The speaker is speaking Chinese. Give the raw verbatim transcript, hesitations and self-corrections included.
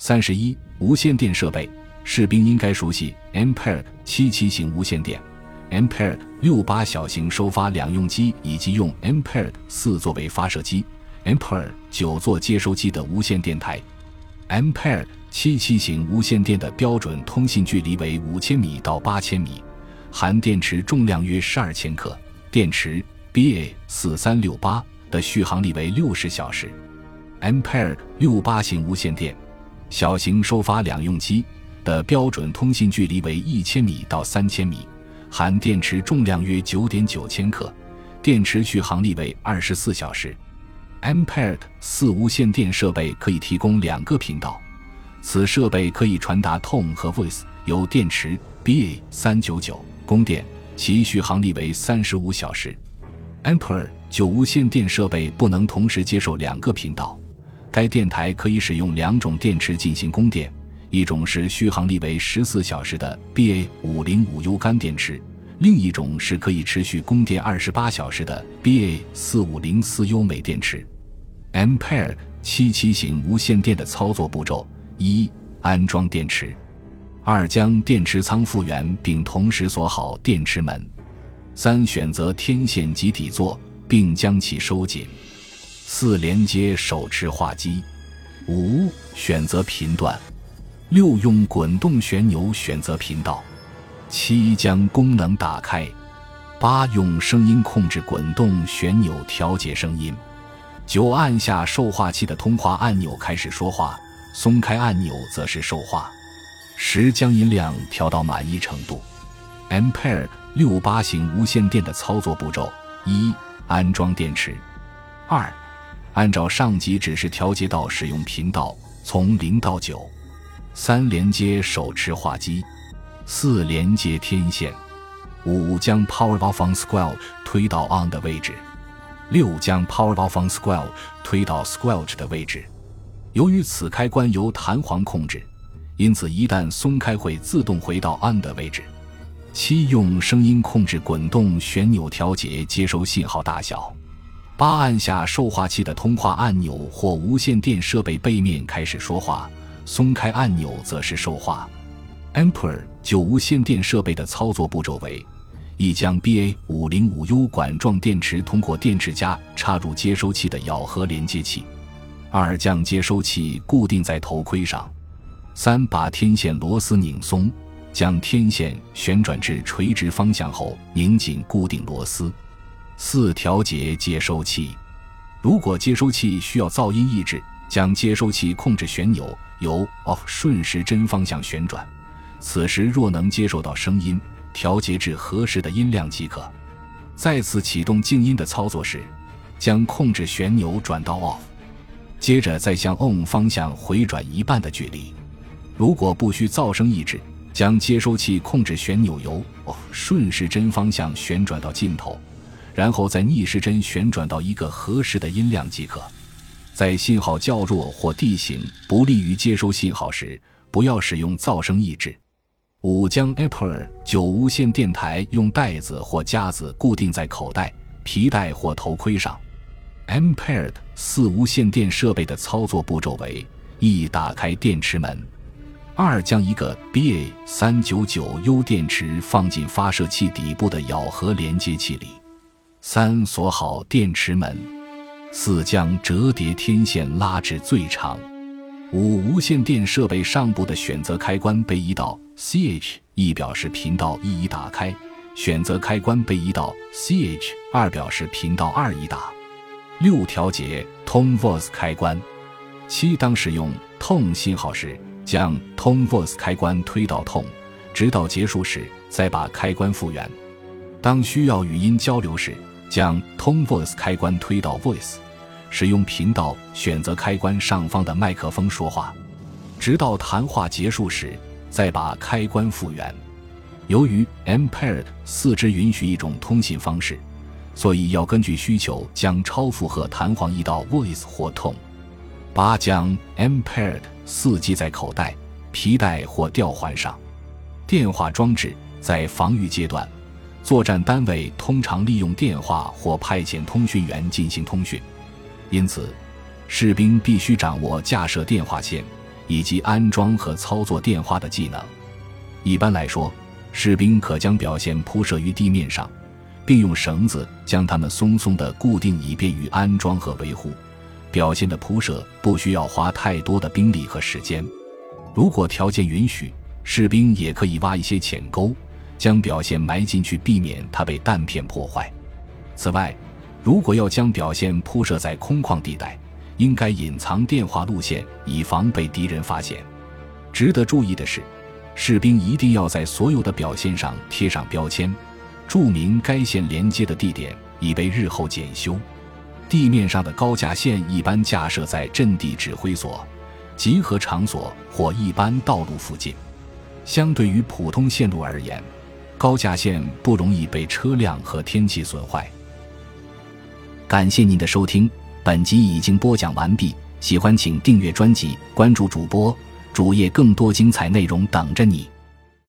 三十一无线电设备，士兵应该熟悉 Ampere 七七型无线电、Ampere 六八小型收发两用机以及用 Ampere 四作为发射机、Ampere 九做接收机的无线电台。Ampere 七七型无线电的标准通信距离为五千米到八千米，含电池重量约十二千克，电池 B A 四三六八 的续航力为六十小时。Ampere 六八型无线电小型收发两用机的标准通信距离为一千米到三千米，含电池重量约 九点九千克，电池续航力为二十四小时。Ampere 四无线电设备可以提供两个频道，此设备可以传达 Tone 和 Voice， 由电池 B A 三九九 供电，其续航力为三十五小时。Ampere 九无线电设备不能同时接受两个频道，该电台可以使用两种电池进行供电，一种是续航力为十四小时的 B A 五零五 U 干电池，另一种是可以持续供电二十八小时的 B A 四五零四 U 镁电池。Ampere 七七型无线电的操作步骤：一、安装电池；二、将电池仓复原并同时锁好电池门；三、选择天线及底座并将其收紧；四、连接手持话机；五、选择频段；六、用滚动旋钮选择频道；七、将功能打开；八、用声音控制滚动旋钮调节声音；九、按下受话器的通话按钮开始说话，松开按钮则是受话；十、将音量调到满意程度。Ampere 六八型无线电的操作步骤：一、安装电池；二、按照上级指示调节到使用频道，从零到九；三、连接手持话机；四、连接天线；五、将 Power Off on Squelch 推到 On 的位置；六、将 Power Off on Squelch 推到 Squelch 的位置。由于此开关由弹簧控制，因此一旦松开会自动回到 On 的位置。七、用声音控制滚动旋钮调节接收信号大小。八、按下受话器的通话按钮或无线电设备背面开始说话，松开按钮则是受话。Ampere 九无线电设备的操作步骤为：一、将 B A 五零五 U 管状电池通过电池夹插入接收器的咬合连接器；二、将接收器固定在头盔上；三、把天线螺丝拧松，将天线旋转至垂直方向后拧紧固定螺丝；四、调节接收器。如果接收器需要噪音抑制，将接收器控制旋钮由 Off 顺时针方向旋转，此时若能接受到声音，调节至合适的音量即可。再次启动静音的操作时，将控制旋钮转到 Off， 接着再向 On 方向回转一半的距离。如果不需噪声抑制，将接收器控制旋钮由 Off 顺时针方向旋转到尽头，然后再逆时针旋转到一个合适的音量即可。在信号较弱或地形不利于接收信号时，不要使用噪声抑制。五、将 Ampere 九无线电台用带子或夹子固定在口袋、皮带或头盔上。Ampere 四无线电设备的操作步骤为：一、打开电池门；二、将一个 B A 三九九 U 电池放进发射器底部的咬合连接器里；三、锁好电池门；四、将折叠天线拉至最长；五、无线电设备上部的选择开关被移到 C H 一表示频道一已打开，选择开关被移到 C H 二表示频道二已打。六、调节 Tone Voice 开关。七、当使用 Tone 信号时，将 Tone Voice 开关推到 Tone， 直到结束时再把开关复原。当需要语音交流时，将 Tone Voice 开关推到 Voice， 使用频道选择开关上方的麦克风说话，直到谈话结束时再把开关复原。由于 Ampere 四支允许一种通信方式，所以要根据需求将超负荷弹簧移到 Voice 或 Tone。八、将 Ampere 四系在口袋、皮带或吊环上。电话装置在防御阶段，作战单位通常利用电话或派遣通讯员进行通讯，因此士兵必须掌握架设电话线以及安装和操作电话的技能。一般来说，士兵可将表线铺设于地面上，并用绳子将它们松松地固定，以便于安装和维护。表线的铺设不需要花太多的兵力和时间。如果条件允许，士兵也可以挖一些浅沟，将表线埋进去，避免它被弹片破坏。此外，如果要将表线铺设在空旷地带，应该隐藏电话路线，以防被敌人发现。值得注意的是，士兵一定要在所有的表线上贴上标签，注明该线连接的地点，以备日后检修。地面上的高架线一般架设在阵地指挥所、集合场所或一般道路附近。相对于普通线路而言，高架线不容易被车辆和天气损坏。感谢您的收听，本集已经播讲完毕，喜欢请订阅专辑，关注主播，主页更多精彩内容等着你。